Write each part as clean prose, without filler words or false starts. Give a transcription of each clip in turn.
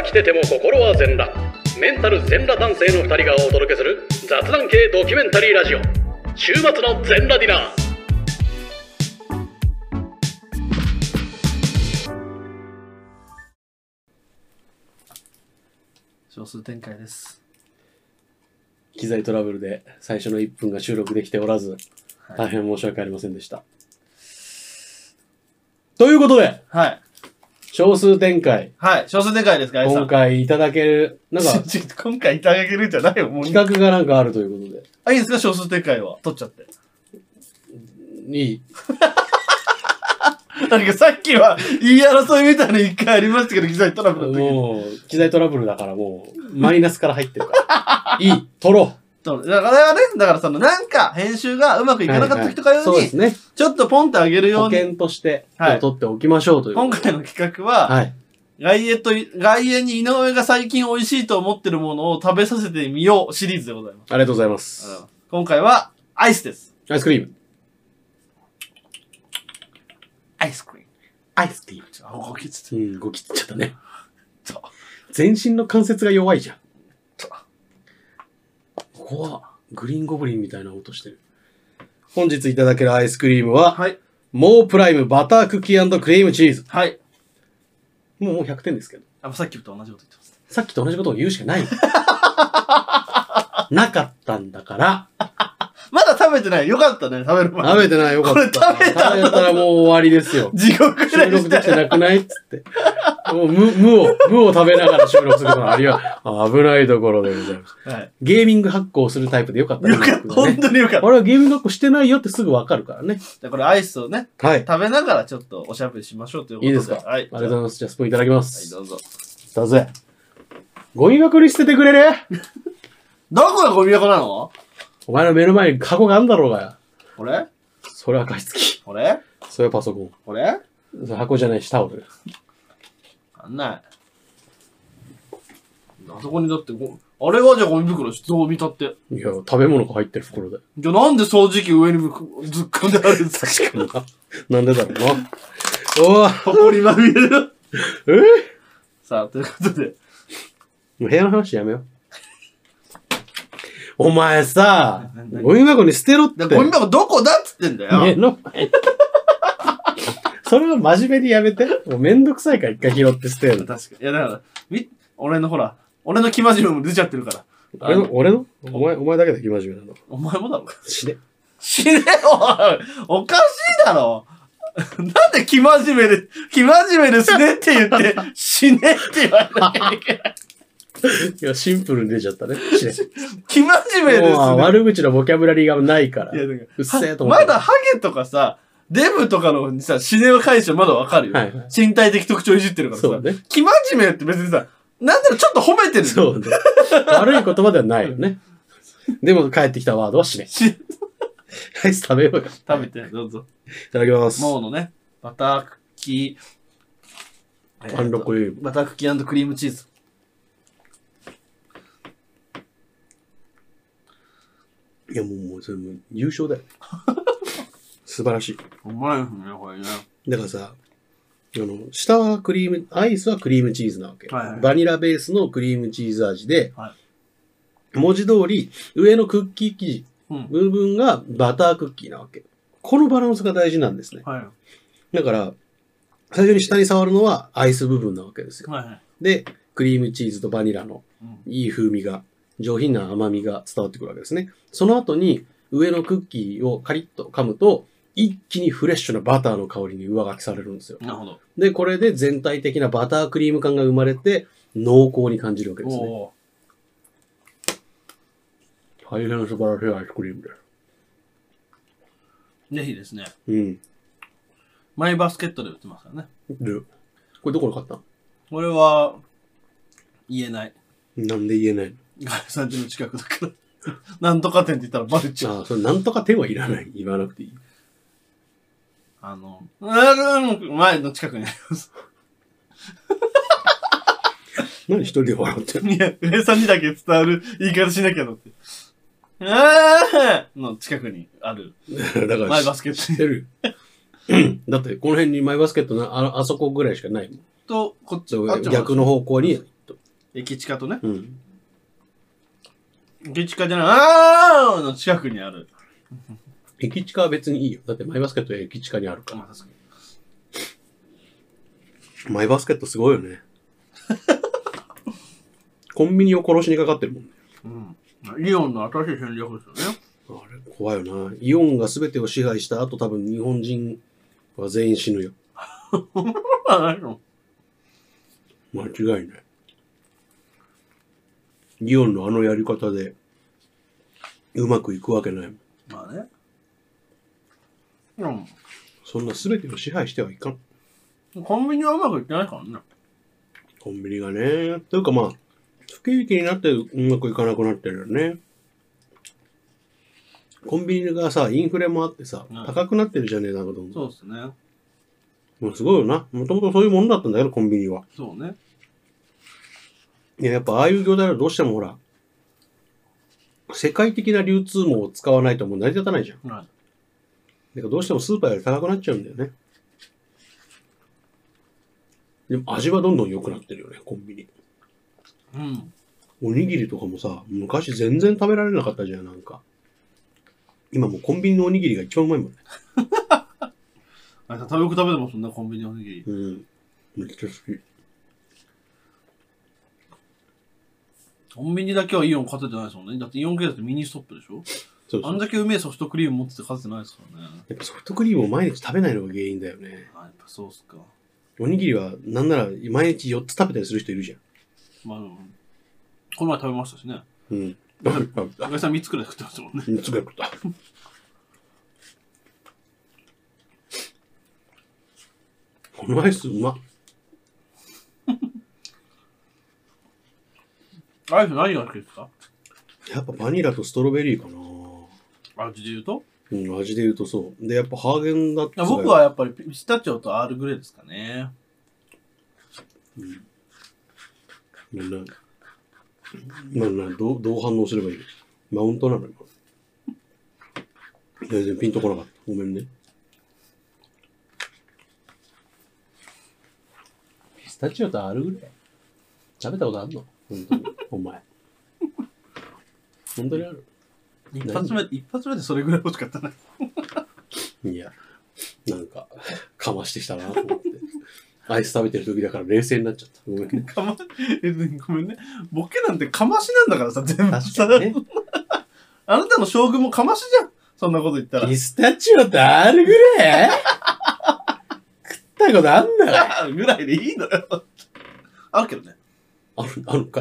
きてても心は全裸、メンタル全裸男性の2人がお届けする雑談系ドキュメンタリーラジオ、週末の全裸ディナー。 少数展開です。 機材トラブルで最初の1分が収録できておらず、大変申し訳ありませんでした。ということで、 はい。 少数展開。 はい。少数展開ですか、 今回いただける、なんか、 今回いただけるんじゃないよ、もう。 企画がなんかあるということで。 あ、いいですか、少数展開は。取っちゃって。 いい。 なんかさっきは言い争いみたいなの一回ありましたけど、機材トラブルの時に。 もう、機材トラブルだからもう、マイナスから入ってるから。いい、取ろう。 だからね、だからそのなんか編集がうまくいかなかった時とかように、 そうですね。 ちょっとポンとあげるように。 保険として、取っておきましょうという。 今回の企画は、 はい。 外苑に井上が最近美味しいと思ってるものを食べさせてみようシリーズでございます。 ありがとうございます。 今回は、アイスです。 アイスクリーム。 アイスクリーム。 アイスクリーム。 ごきつうん、ごきつっちゃったね。 そう。 全身の関節が弱いじゃん。そう。ここは、グリーンゴブリンみたいな音してる。本日いただけるアイスクリームは、 はい。 モープライムバタークッキー&クリームチーズ。 はい。 もう100点ですけど。 さっきと同じこと言ってます。 さっきと同じことを言うしかない。なかったんだから。 まだ食べてない。よかったね。食べる前。 食べてないよかった。 これ食べたらもう終わりですよ。 地獄で収録できてなくないっつって。もう無を食べながら収録するのは、あるいは危ないところでございます。はい、ゲーミング発行するタイプでよかったね。 よかった。本当によかった。 俺はゲーミング発行してないよってすぐわかるからね。 じゃこれアイスをね、 はい、 食べながらちょっとおしゃべりしましょうということで。 いいですか。はい。ありがとうございます。じゃあスプーンいただきます。 はい、どうぞ。 だぜ。ゴミ箱に捨ててくれるどこがゴミ箱なの？ お前の目の前にカゴがあんだろうがよ。 これ？ それは加湿器。 これ？ それはパソコン。 これ？ それ箱じゃないしタオル。 あんない。あそこにだってあれはじゃあゴミ袋どう見たって。 いや、食べ物が入ってる袋で。 じゃあなんで掃除機上にずっ込んであるんですか？ 確かにな。なんでだろうな。おぉ。 ほこりまみれる。さあ、ということで。 もう部屋の話やめよう。お前さ、ゴミ箱に捨てろって。 ゴミ箱どこだっつってんだよ。 目の前。それは真面目にやめて。もうめんどくさいから一回拾って捨てる。 確かに。いやだから、俺の生真面目も出ちゃってるから。 俺のお前だけで生真面目なの。 お前もだろ。 死ね。 死ねよ。おかしいだろ。なんで生真面目で死ねって言って、死ねって言われなきゃいけない。 いや、シンプルに出ちゃったね。 生真面目ですね。 悪口のボキャブラリーがないから。 いや、だからうっせえと思って。 まだハゲとかさ、デブとかのにさ、死ねは返しはまだわかるよ。はいはい、身体的特徴いじってるからさ。 そうね。 生真面目って別にさ、なんだろ、ちょっと褒めてる。 そうね。悪い言葉ではないよね。でも帰ってきたワードは死ね。アイス食べようよ。 食べて、どうぞ。 いただきます。 モーのね、バタークッキー、 クリーム。 バタークッキー&クリームチーズ。 いや、もう、それもう優勝だよ。素晴らしい。 うまいですね、これね。 だからさ、下はアイスはクリームチーズなわけ。はいはい、バニラベースのクリームチーズ味で、はい、文字通り、上のクッキー生地、部分がバタークッキーなわけ。このバランスが大事なんですね。はい、だから、最初に下に触るのはアイス部分なわけですよ。はいはい、で、クリームチーズとバニラのいい風味が、上品な甘みが伝わってくるわけですね。その後に上のクッキーをカリッと噛むと、一気にフレッシュなバターの香りに上書きされるんですよ。なるほど。で、これで全体的なバタークリーム感が生まれて、濃厚に感じるわけですね。大変素晴らしいアイスクリームです。 ぜひですね。 うん。 マイバスケットで売ってますからね。 これどこで買ったの？ これは、言えない。 なんで言えないの？ ガイさんちの近くだから。なんとか店って言ったらバレちゃう。 ああ、それなんとか店はいらない。言わなくていい。 前の近くにあります。 何一人で笑ってる？ いや、上さんにだけ伝わる言い方しなきゃだって。の近くにある。 だから、 マイバスケット。 知ってる。だって、この辺にマイバスケットあそこぐらいしかないもん。 と、こっち、 逆の方向に。 駅近とね。 うん。 駅近じゃない、あーの近くにある。 駅近は別にいいよ。だってマイバスケットは駅近にあるから。 まあ確かに。 マイバスケットすごいよね。コンビニを殺しにかかってるもんね。 うん。イオンの新しい戦略ですよね。 あれ、怖いよな。イオンが全てを支配した後多分日本人は全員死ぬよ。間違いない。イオンのあのやり方でうまくいくわけないもん。 まあね。うん。 そんな全てを支配してはいかん。 コンビニはうまくいってないからね。 コンビニがね。というかまあ、不景気になってうまくいかなくなってるよね。コンビニがさ、インフレもあってさ、高くなってるじゃねえかどんどん。 そうですね。 もうすごいよな。もともとそういうものだったんだよ、コンビニは。 そうね。 いや、やっぱああいう業態はどうしてもほら、世界的な流通網を使わないともう成り立たないじゃん。 はい。 だからどうしてもスーパーより高くなっちゃうんだよね。でも味はどんどん良くなってるよね、コンビニ。 うん。 おにぎりとかもさ、昔全然食べられなかったじゃん、なんか。今もうコンビニのおにぎりが一番うまいもんね。 あれさ、よく食べてますもんね、コンビニおにぎり。 うん。めっちゃ好き。 コンビニだけはイオン勝ててないですもんね。だってイオン系だってミニストップでしょ。 そうそう。 あんだけうめえソフトクリーム持ってて勝ててないですからね。 やっぱソフトクリームを毎日食べないのが原因だよね。 あ、やっぱそうっすか。 おにぎりは、なんなら毎日4つ食べたりする人いるじゃん。 まあ、この前食べましたしね。 うん。 赤井さん3つくらい食ってましたもんね。 3つぐらい食った。このアイスうまっ。 アイス何が好きですか？ やっぱバニラとストロベリーかな。 味で言うと？ うん、味で言うとそう。で、やっぱハーゲンダッツが。 僕はやっぱりピスタチオとアールグレーですかね。 うん。どう反応すればいいの？マウントなの今。全然ピンとこなかった。ごめんね。ピスタチオとアールグレー食べたことあるの？本当に。お前。本当にある？ 一発目でそれぐらい欲しかったね。 いや、なんか、かましてきたなと思って。アイス食べてる時だから冷静になっちゃった。ごめんね。 ごめんね。ボケなんてかましなんだからさ、全部さ。 確かにね。 あなたの将軍もかましじゃん。そんなこと言ったら。 ピスタチオとアールグレー食ったことあんだよ。 ぐらいでいいのよ。あるけどね。 あるかい。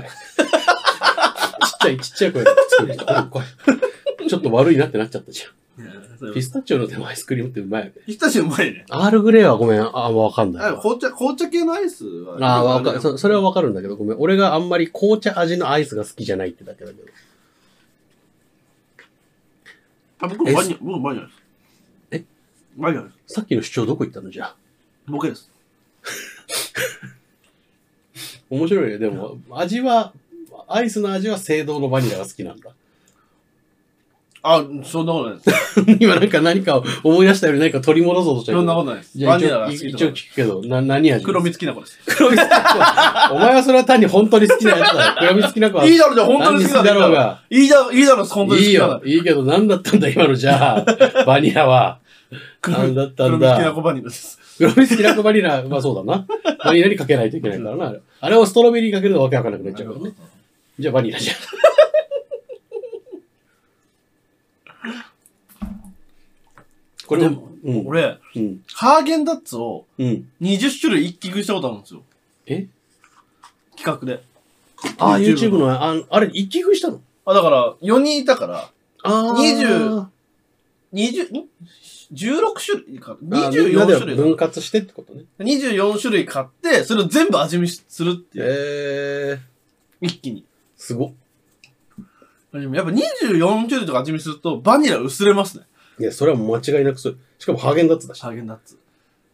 ちっちゃい声で作る人あるかい。ちょっと悪いなってなっちゃったじゃん。ピスタチオのでもアイスクリームってうまいよね。 ピスタチオうまいね。 アールグレーはごめん、わかんない。 紅茶系のアイスは。それはわかるんだけど、ごめん。俺があんまり紅茶味のアイスが好きじゃないってだけだけど。 僕バニラです。 えバニラです。 さっきの主張どこ行ったのじゃあ。 ボケです。 面白いね。でも、アイスの味は青銅のバニラが好きなんだ。 あ、そんなことないです。 今何かを思い出したより何か取り戻そうとしてる。 そんなことないです。 バニラが好き。一応聞くけど、何味？ 黒蜜きな粉です。 黒蜜きな粉。お前はそれは単に本当に好きなやつだ。黒蜜きな粉は。 いいだろ、じゃあ本当に好きだろうが。 いいだろ、本当に好きだ。 いいよ。いいけど何だったんだ、今のじゃあ。バニラは。何だったんだ。 黒蜜きな粉バニラです。 黒蜜きな粉バニラ、まあそうだな。バニラにかけないといけないからな。あれをストロベリーかけるとわけわかんなくなっちゃうからね。じゃあバニラじゃん。これも、 俺、ハーゲンダッツを20種類一気食いしたことあるんですよ。 え？ 企画で。 ああ、YouTube の、あれ、一気食いしたの？ だから、4人いたから、16種類か。24種類。 分割してってことね。 24種類買って、それを全部味見するっていう。一気に。 すごっ。 やっぱ24種類とか味見すると、バニラ薄れますね。 いや、それは間違いなくそう。しかもハーゲンダッツだし。 ハーゲンダッツ。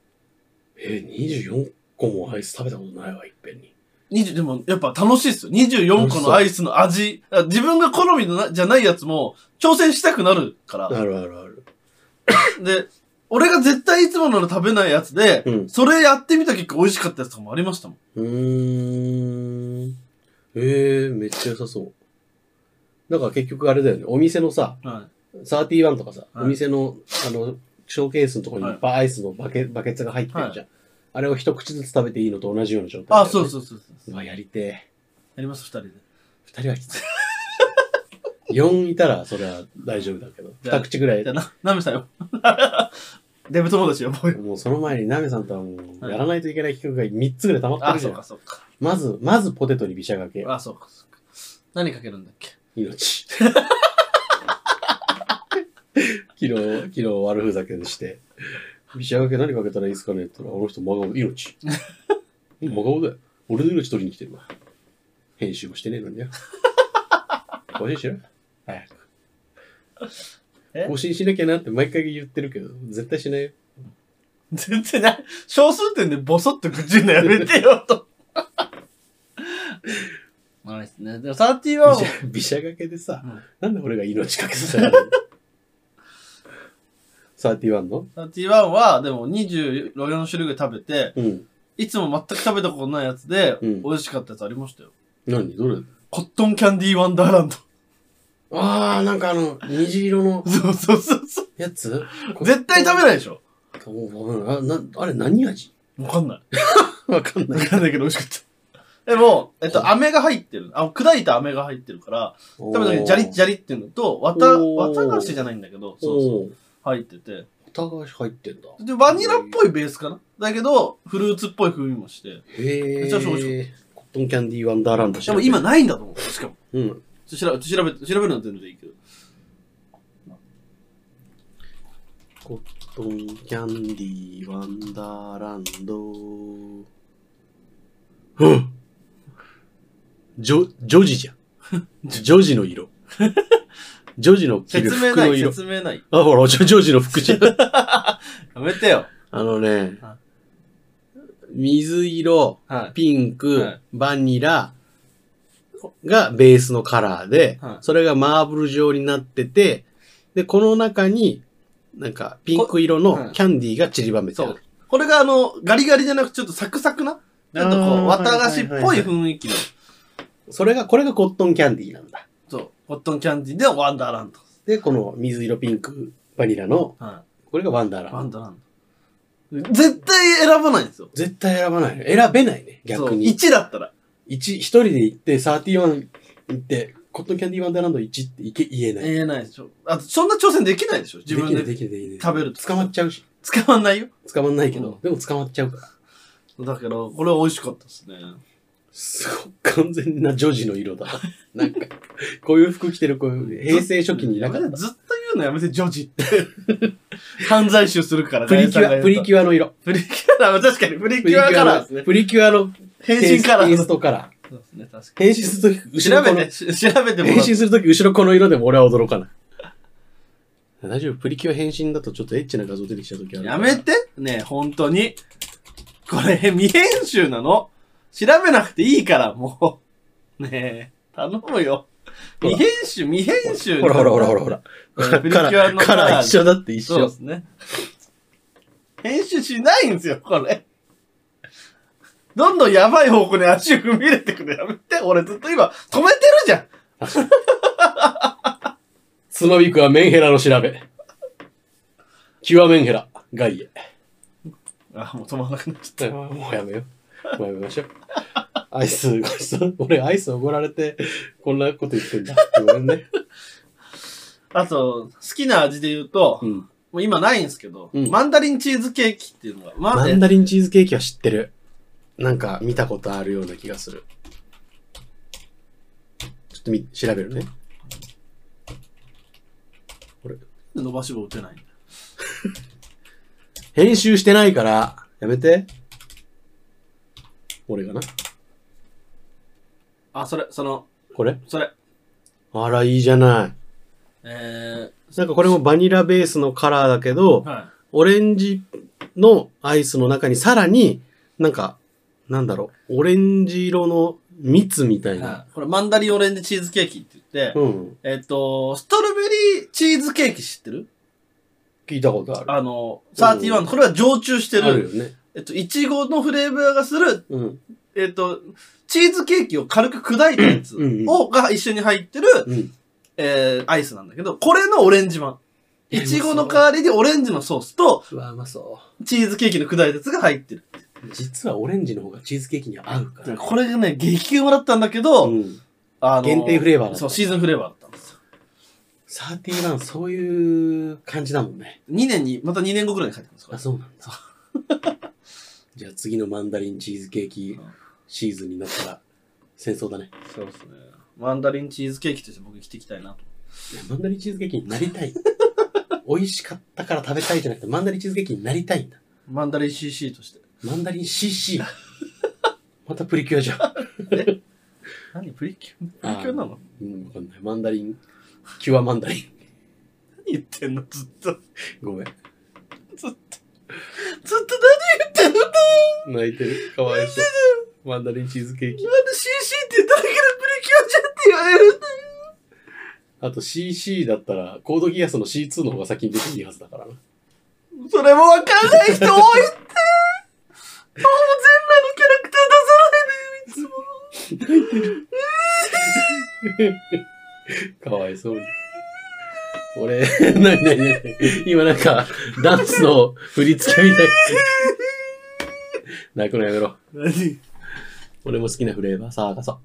24個もアイス食べたことないわ、いっぺんに。 でも、やっぱ楽しいっすよ。24個のアイスの味。自分が好みのじゃないやつも、挑戦したくなるから。 ある。 で、俺が絶対いつもの食べないやつで、それやってみた結果美味しかったやつとかもありましたもん。 めっちゃ良さそう。だから結局あれだよね。お店のさ、31とかさ、お店の、ショーケースのところにいっぱいアイスのバケツが入ってるじゃん。あれを一口ずつ食べていいのと同じような状態。 あ、そう。 うわ、やりてえ。 やります、2人で。 2人はきつい。4いたらそれは大丈夫だけど。2口ぐらい。 じゃあ、なめさんよ。デブ友達よ、 もうその前にナメさんとはもう、やらないといけない企画が3つぐらい溜まってるじゃん。 あ、そうか。 まずポテトにビシャがけ。 あ、そうか。何かけるんだっけ？ 命。昨日悪ふざけでして、ビシャがけ何かけたらいいですかねって言ったら、あの人真顔、命。真顔だよ。俺の命取りに来てるわ。編集もしてねえのによ。更新しろ。早く。更新しなきゃなって毎回言ってるけど、絶対しないよ。 全然ない。小数点でボソッと口言うのやめてよ、と。あれですね。でも31を。 ビシャがけでさ、なんで俺が命かけさせられるの31の ?31 は、でも24種類ぐらい食べて、いつも全く食べたことないやつで、美味しかったやつありましたよ。 何どれコットンキャンディーワンダーランド。 なんか虹色の。 そう。 やつ絶対食べないでしょ？ あれ何味わかんない。 わかんないけど美味しかった。でも、飴が入ってる。砕いた飴が入ってるから、食べた時にジャリッジャリっていうのと、綿菓子じゃないんだけど、そう。入ってて。 綿菓子入ってんだ。 で、バニラっぽいベースかな？だけど、フルーツっぽい風味もして。めっちゃ美味しかった。 コットンキャンディーワンダーランド。 でも今ないんだと思う。しかも。調べるのは全然いいけど。 コットンキャンディーワンダーランド。ジョジじゃん。ジョジの色。ジョジの着る服の色。 説明ない。 ほら、ジョジの服じゃん。 やめてよ。 水色、ピンク、バニラがベースのカラーで、それがマーブル状になってて、で、この中に、なんか、ピンク色のキャンディーが散りばめてある。 これがガリガリじゃなくちょっとサクサクな、ちょっと綿菓子っぽい雰囲気の。 これがコットンキャンディーなんだ。 そう。コットンキャンディーでワンダーランド。 で、この水色、ピンク、バニラの、これがワンダーランド。 ワンダーランド。絶対選ばないんですよ。 絶対選ばない。選べないね、逆に。 1だったら。 一人で行って、31行って、コットンキャンディーワンダーランド1って言えない。 言えないでしょ。あと、そんな挑戦できないでしょ自分で。 できない。 食べると。 捕まっちゃうし。 捕まんないよ。 捕まんないけど、でも捕まっちゃうから。 だけど、これは美味しかったですね。 すごい、完全な女児の色だ。なんか、こういう服着てる子、平成初期にいなかった。 ずっと言うのやめて、女児って。犯罪集するから、 プリキュアの色。 プリキュア、確かに、プリキュアカラーですね。 プリキュアの変身カラー。 テイストカラー。 そうですね、確かに。 変身するとき、 調べても。 変身するとき、後ろこの色でも俺は驚かない。大丈夫？プリキュア変身だとちょっとエッチな画像出てきたときある。 やめてねえ、本当に。これ、未編集なの？調べなくていいから、もう。ねえ、頼むよ。未編集。 ほら。 プリキュアのカラー一緒だって一緒。 そうですね。編集しないんですよ、これ。どんどんやばい方向に足を踏み入れてくるやめて。俺ずっと今、止めてるじゃん。 つまびくはメンヘラの調べ。キュアメンヘラ、ガイエ。 もう止まらなくなっちゃった。 もうやめよう。もうやめましょう。アイス、俺アイスおごられて、こんなこと言ってんだ。ごめんね。 あと、好きな味で言うと、もう今ないんですけど、マンダリンチーズケーキっていうのが。 マンダリンチーズケーキは知ってる。なんか見たことあるような気がする。ちょっと調べるね。これ。 伸ばし棒打てないんだ。 編集してないから、やめて。俺がな。 これ。 あら、いいじゃない。なんかこれもバニラベースのカラーだけど、オレンジのアイスの中にさらに、なんか、なんだろう、オレンジ色の蜜みたいな。 これマンダリンオレンジチーズケーキって言って、ストロベリーチーズケーキ知ってる？ 聞いたことある。 31、これは常駐してる。 あるよね。 いちごのフレーバーがする、 チーズケーキを軽く砕いたやつが一緒に入ってる、アイスなんだけど、これのオレンジ版。いちごの代わりにオレンジのソースと、 うわ、うまそう。 チーズケーキの砕いたやつが入ってる。 実はオレンジの方がチーズケーキには合うから。 これがね、激うまだったんだけど、 限定フレーバーだった。 そう、シーズンフレーバーだったんですよ。 31、そういう感じだもんね。 また2年後くらいに帰ってくるんですか？ あ、そうなんだ。じゃあ次のマンダリンチーズケーキシーズンになったら戦争だね。 そうですね。マンダリンチーズケーキとして僕生きていきたいなと。 いや、マンダリンチーズケーキになりたい。美味しかったから食べたいじゃなくて、マンダリンチーズケーキになりたいんだ。 マンダリン CC として。 マンダリン CC。またプリキュアじゃん。 何プリキュアなの？ わかんない。マンダリン、キュアマンダリン。 何言ってんのずっと。 ごめん。 ずっと何言ってんの？ 泣いてる。かわいそう。マンダリンチーズケーキ。 なんで CC って言っただけでプリキュアじゃんって言われるんだよ。 あと CC だったら、コードギアスの C2 の方が先に出ていいはずだからな。 それもわかんない人多いって。もう全裸のキャラクター出さないでよ、いつも。 泣いてる。かわいそうに。俺、今なんか、ダンスの振り付けみたい。泣くのやめろ。 何？ 俺も好きなフレーバー探そう。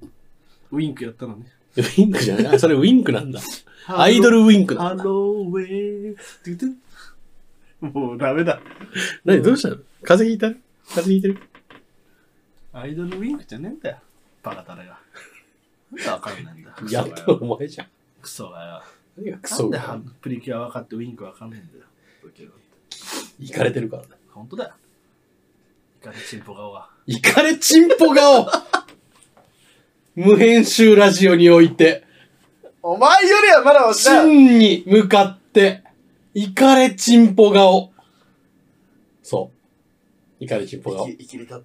ウィンクやったのね。 ウィンクじゃない？それウィンクなんだ。アイドルウィンクだ。 ハローウェイ。もうダメだ。 何どうしたの？風邪ひいた？風邪ひいてる？ アイドルウィンクじゃねえんだよ。バカタレが。なんでわかんないんだ。 やっとお前じゃん。 クソがよ。 何がクソが。 なんでプリキュア分かってウィンクわかんないんだよ。 イカれてるからね。 ほんとだよ。イカれチンポ顔が。 イカれチンポ顔無編集ラジオにおいて。 お前よりはまだわかんない。 真に向かって、イカれチンポ顔。そう。イカれチンポ顔。 いきれたって。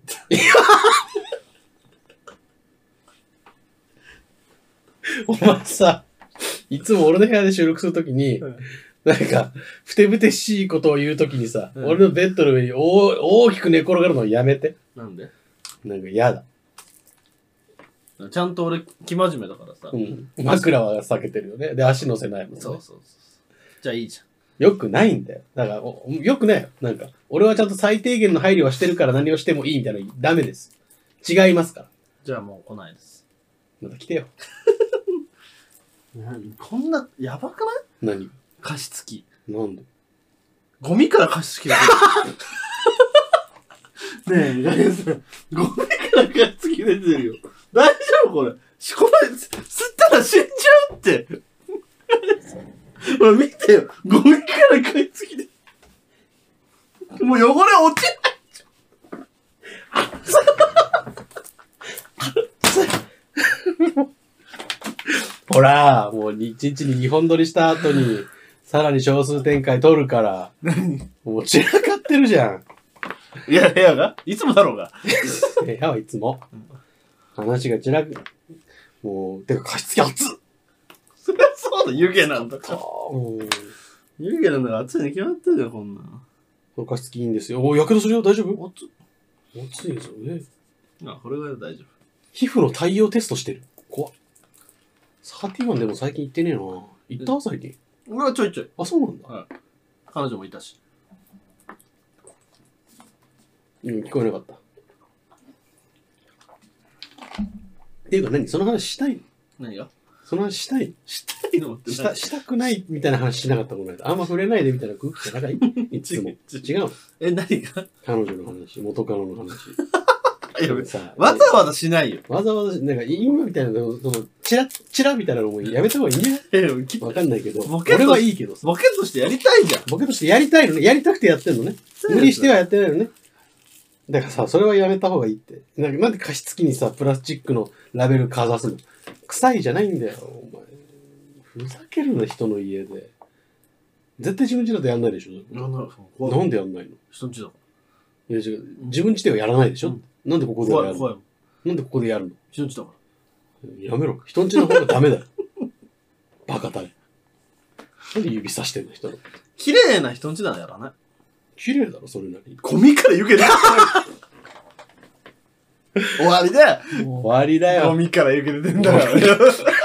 お前さ、いつも俺の部屋で収録するときに、なんか、ふてぶてしいことを言うときにさ、俺のベッドの上に大きく寝転がるのやめて。 なんで？ なんか嫌だ。 ちゃんと俺、生真面目だからさ。 枕は避けてるよね。で、足乗せないもんね。 そう。じゃあいいじゃん。 よくないんだよ。だから、よくないよ。なんか、俺はちゃんと最低限の配慮はしてるから何をしてもいいみたいなのダメです。違いますから。 じゃあもう来ないです。 また来てよ。 こんな、やばくない？ 何？ 加湿器。 なんで？ ゴミから加湿器が出る。ねえ、ガイさん。ゴミから加湿器出てるよ。大丈夫これ。これ、吸ったら死んじゃうって。ほら見てよ。ゴミから加湿器で。もう汚れ落ちない。 ほら、もう一日に2本撮りした後に、さらに小数展開撮るから。もう散らかってるじゃん。 いや、部屋がいつもだろうが。 部屋はいつも。話が散らく。もう、てか加湿器熱っ。 そりゃそうだ、湯気なんだから。 もう。 湯気なんだから熱いに決まってるよ、こんなの。 加湿器いいんですよ。お、やけどするよ、大丈夫？熱いですよね。 あ、これぐらい大丈夫。 皮膚の太陽テストしてる。怖っ。31でも最近行ってねえな。行った最近。 俺はちょいちょい。 あ、そうなんだ。 はい。彼女もいたし。 聞こえなかった。っていうか何その話したいの？ 何が？ その話したいの？ したいのってしたくないみたいな話しなかったこの間。あんま触れないでみたいな空気じゃないいつも。違うの？ 何が？ 彼女の話、元カノの話。 いやわざわざしないよ。 わざわざ、なんか今みたいな、その、チラみたいなのもやめた方がいいんじゃないわかんないけど。俺はいいけどさ。 ボケとしてやりたいじゃん。 ボケとしてやりたいのね。やりたくてやってんのね。無理してはやってないのね。だからさ、それはやめた方がいいって。なんで加湿器にさ、プラスチックのラベルかざすの？臭いじゃないんだよ、お前。ふざけるな、人の家で。絶対自分家だとやんないでしょ。なんでやんないの？ 人ん家だから。 いや違う。自分家ではやらないでしょ。なんでここでやるの？なんでここでやるの？ 人ん家だから。 やめろ。人ん家の方がダメだよ。バカだね。なんで指さしてんの人の。 綺麗な人ん家ならやらない。綺麗だろ、それなりに。 ゴミから湯気出てる。 終わりだよ。 終わりだよ。 ゴミから湯気出てんだから。終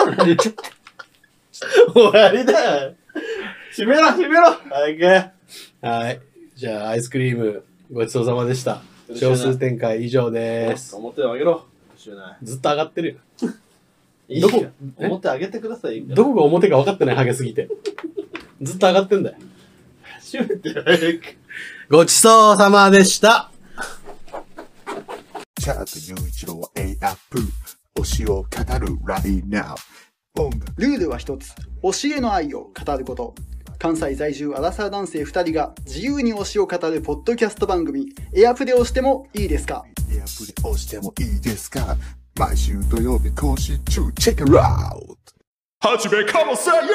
わりだよ。閉めろ早く。 はい。じゃあ、アイスクリーム、ごちそうさまでした。少数展開以上です。 表をあげろ。 ずっと上がってるよ。 どこ表上げてください。 どこが表か分かってない、ハゲすぎて。ずっと上がってんだよ。 閉めて早く。 ごちそうさまでした。 チャート雄一郎は A アップ。推しを語る Right Now。 ルールは一つ。推しへの愛を語ること。関西在住アラサー男性2人が自由に推しを語るポッドキャスト番組エアプレをしてもいいですか？ エアプレをしてもいいですか？毎週土曜日更新中。チェックアウト。はじめかもせや。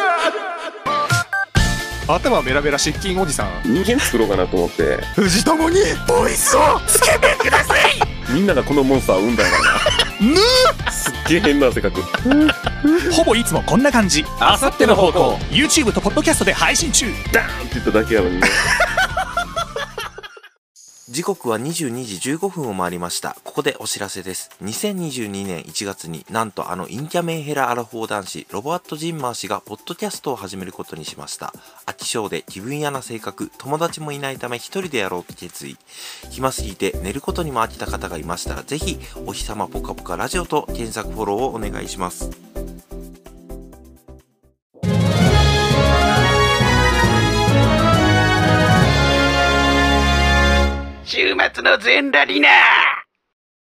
頭ベラベラ失禁おじさん。 人間作ろうかなと思って。 藤友にボイスをつけてください。 みんながこのモンスターを生んだんだな。すっげえ変な性格。 ほぼいつもこんな感じ。あさっての方向 YouTube とポッドキャストで配信中。 ダーンって言っただけやのにね。 時刻は22時15分を回りました。ここでお知らせです。2022年1月になんと陰キャメンヘラアラフォー男子ロバート・ジンマー氏がポッドキャストを始めることにしました。飽き性で気分屋な性格、友達もいないため一人でやろうと決意。暇すぎて寝ることにも飽きた方がいましたら、ぜひお日様ぽかぽかラジオと検索フォローをお願いします。 週末の全ラリナー